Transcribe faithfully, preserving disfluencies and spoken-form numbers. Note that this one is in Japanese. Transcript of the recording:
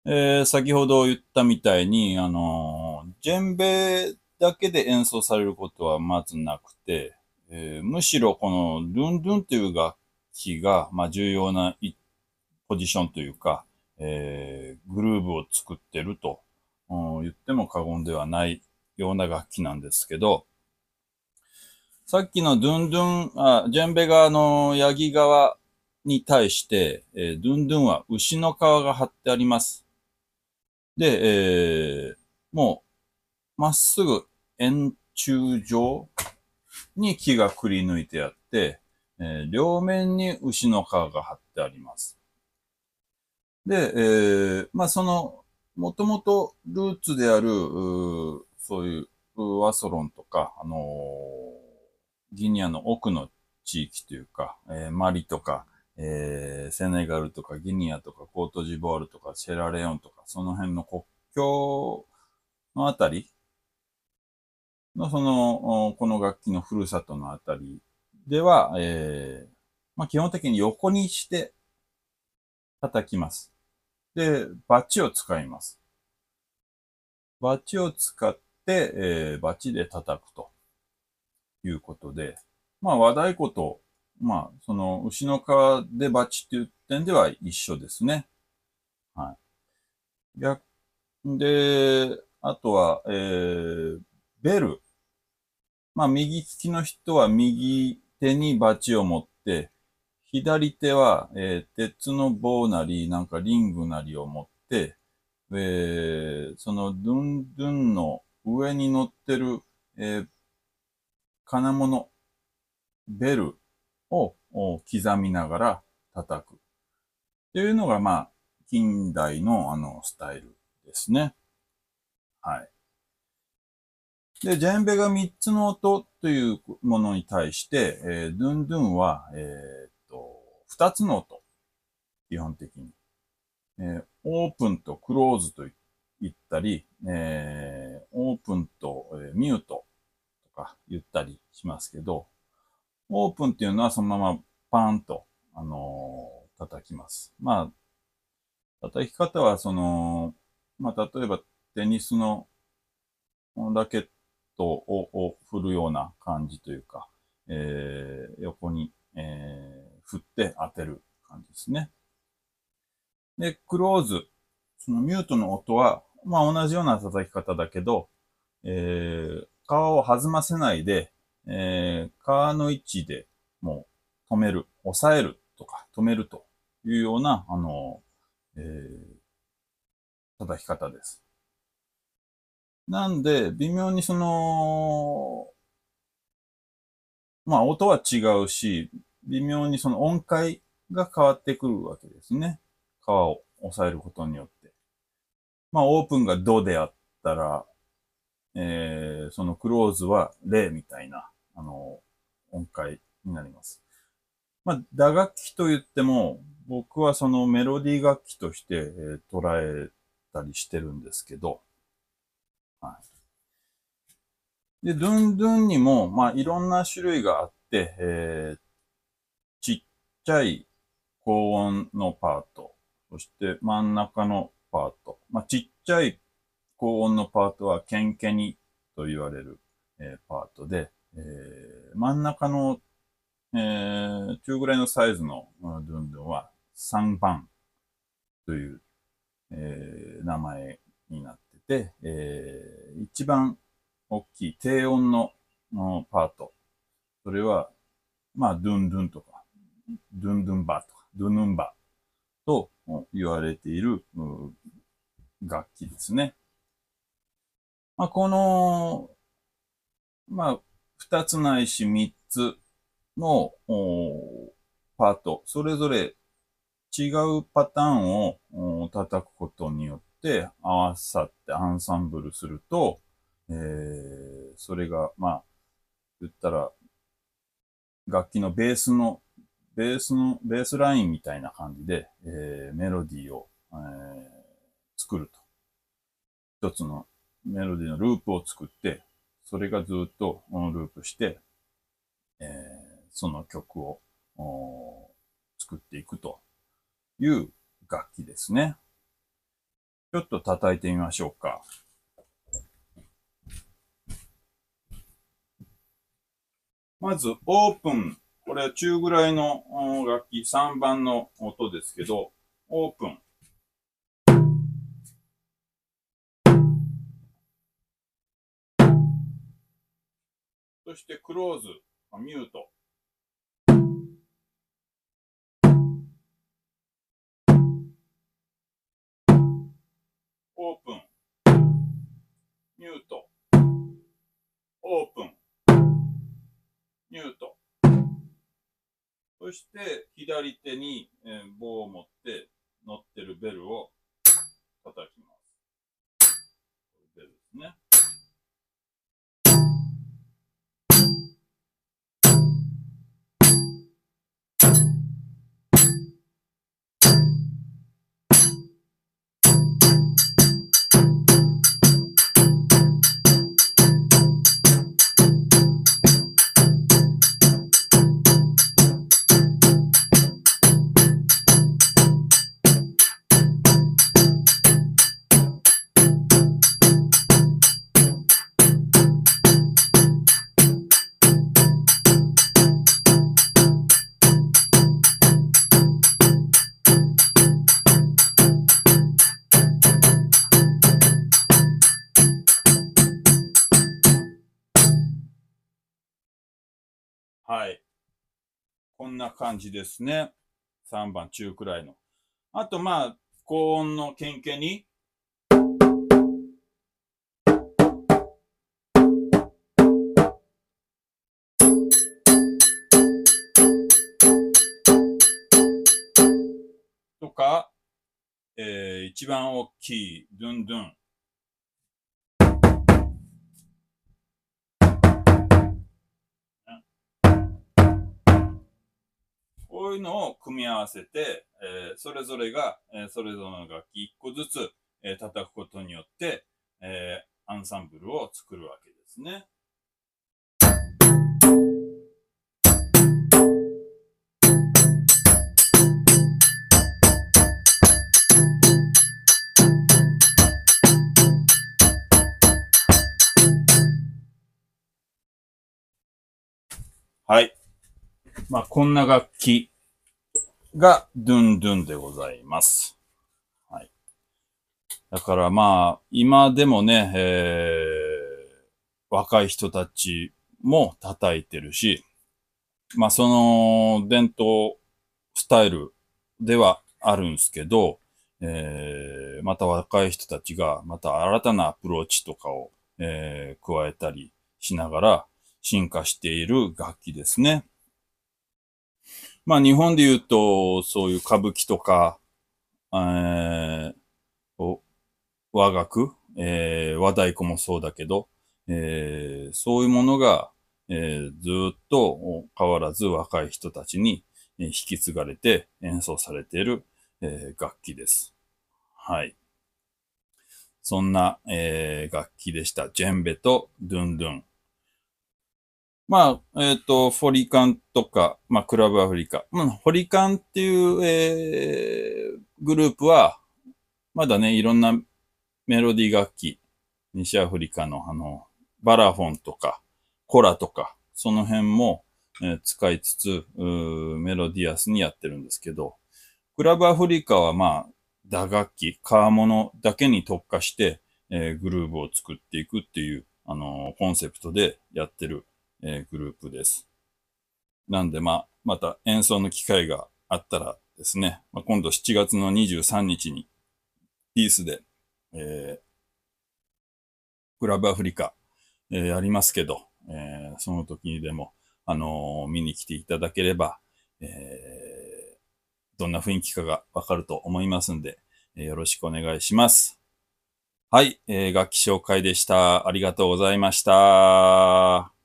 えー先ほど言ったみたいに、あのージェンベだけで演奏されることはまずなくて、えーむしろこのドゥンドゥンという楽器が、まあ、重要ないポジションというか、えーグルーヴを作ってると、うん言っても過言ではないような楽器なんですけど、さっきのドゥンドゥン、あ、ジェンベがあの、ヤギ側に対して、えードゥンドゥンは牛の皮が張ってあります。で、えーもう、まっすぐ円柱状に木がくり抜いてあって、えー両面に牛の皮が張ってあります。で、えーまあ、その、もともとルーツである、うーそういううワソロンとか、あのーギニアの奥の地域というか、えーマリとか、えーセネガルとかギニアとかコートジボワールとかシェラレオンとか、その辺の国境のあたりの、その、おこの楽器のふるさとのあたりでは、えーまあ、基本的に横にして叩きます。で、バチを使います。バチを使って、えーバチで叩くということで、まあ和太鼓と、まあその牛の皮でバチっていう点では一緒ですね。はい。逆で、あとは、えーベル。まあ右利きの人は右手にバチを持って、左手は、えー鉄の棒なり、なんかリングなりを持って、えーそのドゥンドゥンの上に乗ってる、えー金物、ベルを刻みながら叩く。っていうのが、まあ、近代のあの、スタイルですね。はい。で、ジェンベがみっつの音というものに対して、えードゥンドゥンは、えーっと、ふたつの音、基本的に。えーオープンとクローズと言ったり、えーオープンと、えーミュートとか言ったりしますけど、オープンっていうのはそのままパーンと、あのー叩きます。まあ、叩き方は、その、まあ、例えばテニスのラケットをを振るような感じというか、えー横に、えー振って当てる感じですね。で、クローズ。そのミュートの音は、まあ同じような叩き方だけど、えー、皮を弾ませないで、えー、皮の位置でもう止める、抑えるとか止めるというような、あの、えー、叩き方です。なんで、微妙にその、まあ音は違うし、微妙にその音階が変わってくるわけですね。皮を抑えることによって。まあオープンがドであったら、えー、そのクローズはレみたいな、あの、音階になります。まあ、打楽器と言っても、僕はそのメロディー楽器として、えー捉えたりしてるんですけど、はい。で、ドゥンドゥンにも、まあ、いろんな種類があって、えーちっちゃい高音のパート、そして真ん中のパート、まあ、ちっちゃい高音のパートはケンケニと言われる、えーパートで、えー真ん中の、えー中ぐらいのサイズのうんドゥンドゥンはさんばんという、えー名前になってて、えー一番大きい低音のうんパート、それは、まあ、ドゥンドゥンとか、ドゥンドゥンバとか、ドゥヌンバと言われているうん楽器ですね。まあ、この、まあ、二つないし三つのパート、それぞれ違うパターンを叩くことによって合わさってアンサンブルすると、えー、それが、まあ、言ったら楽器のベースの、ベースの、ベースラインみたいな感じで、えー、メロディーを、えー、作ると。一つのメロディーのループを作って、それがずっとループして、えー、その曲を作っていくという楽器ですね。 ちょっと叩いてみましょうか。まず、オープン。これは中ぐらいの楽器、さんばんの音ですけど、オープン。そしてクローズ、ミュート。オープン、ミュート。オープン、ミュート。そして、左手に棒を持って乗ってるベルを叩きます。ベルですね。はい。こんな感じですね。さんばん中くらいの。あと、まあ、高音のケンケに、とか、えー、一番大きい、ドゥンドゥン。こういうのを組み合わせて、えー、それぞれが、えー、それぞれの楽器一個ずつ、えー、叩くことによって、えー、アンサンブルを作るわけですね。はい。まあ、こんな楽器がドゥンドゥンでございます。はい。だからまあ、今でもね、えー、若い人たちも叩いてるし、まあその伝統スタイルではあるんですけど、えー、また若い人たちがまた新たなアプローチとかを、えー、加えたりしながら進化している楽器ですね。まあ日本で言うと、そういう歌舞伎とか、えー、和楽、えー、和太鼓もそうだけど、えー、そういうものが、えー、ずっと変わらず若い人たちに引き継がれて演奏されている、えー、楽器です。はい。そんな、えー、楽器でした。ジェンベとドゥンドゥン。まあ、えっ、ー、と、フォリカンとか、まあ、クラブアフリカ。まあ、フォリカンっていう、えー、グループは、まだね、いろんなメロディー楽器、西アフリカのあの、バラフォンとか、コラとか、その辺も、えー使いつつ、メロディアスにやってるんですけど、クラブアフリカはまあ、打楽器、革物だけに特化して、えーグルーブを作っていくっていう、あのーコンセプトでやってる、えーグループです。なんでまあ、また演奏の機会があったらですね、まあ、今度しちがつのにじゅうさんにちに、ピースで、えークラブアフリカ、えーやりますけど、えーその時にでも、あのー見に来ていただければ、えーどんな雰囲気かがわかると思いますんで、えーよろしくお願いします。はい、えー楽器紹介でした。ありがとうございました。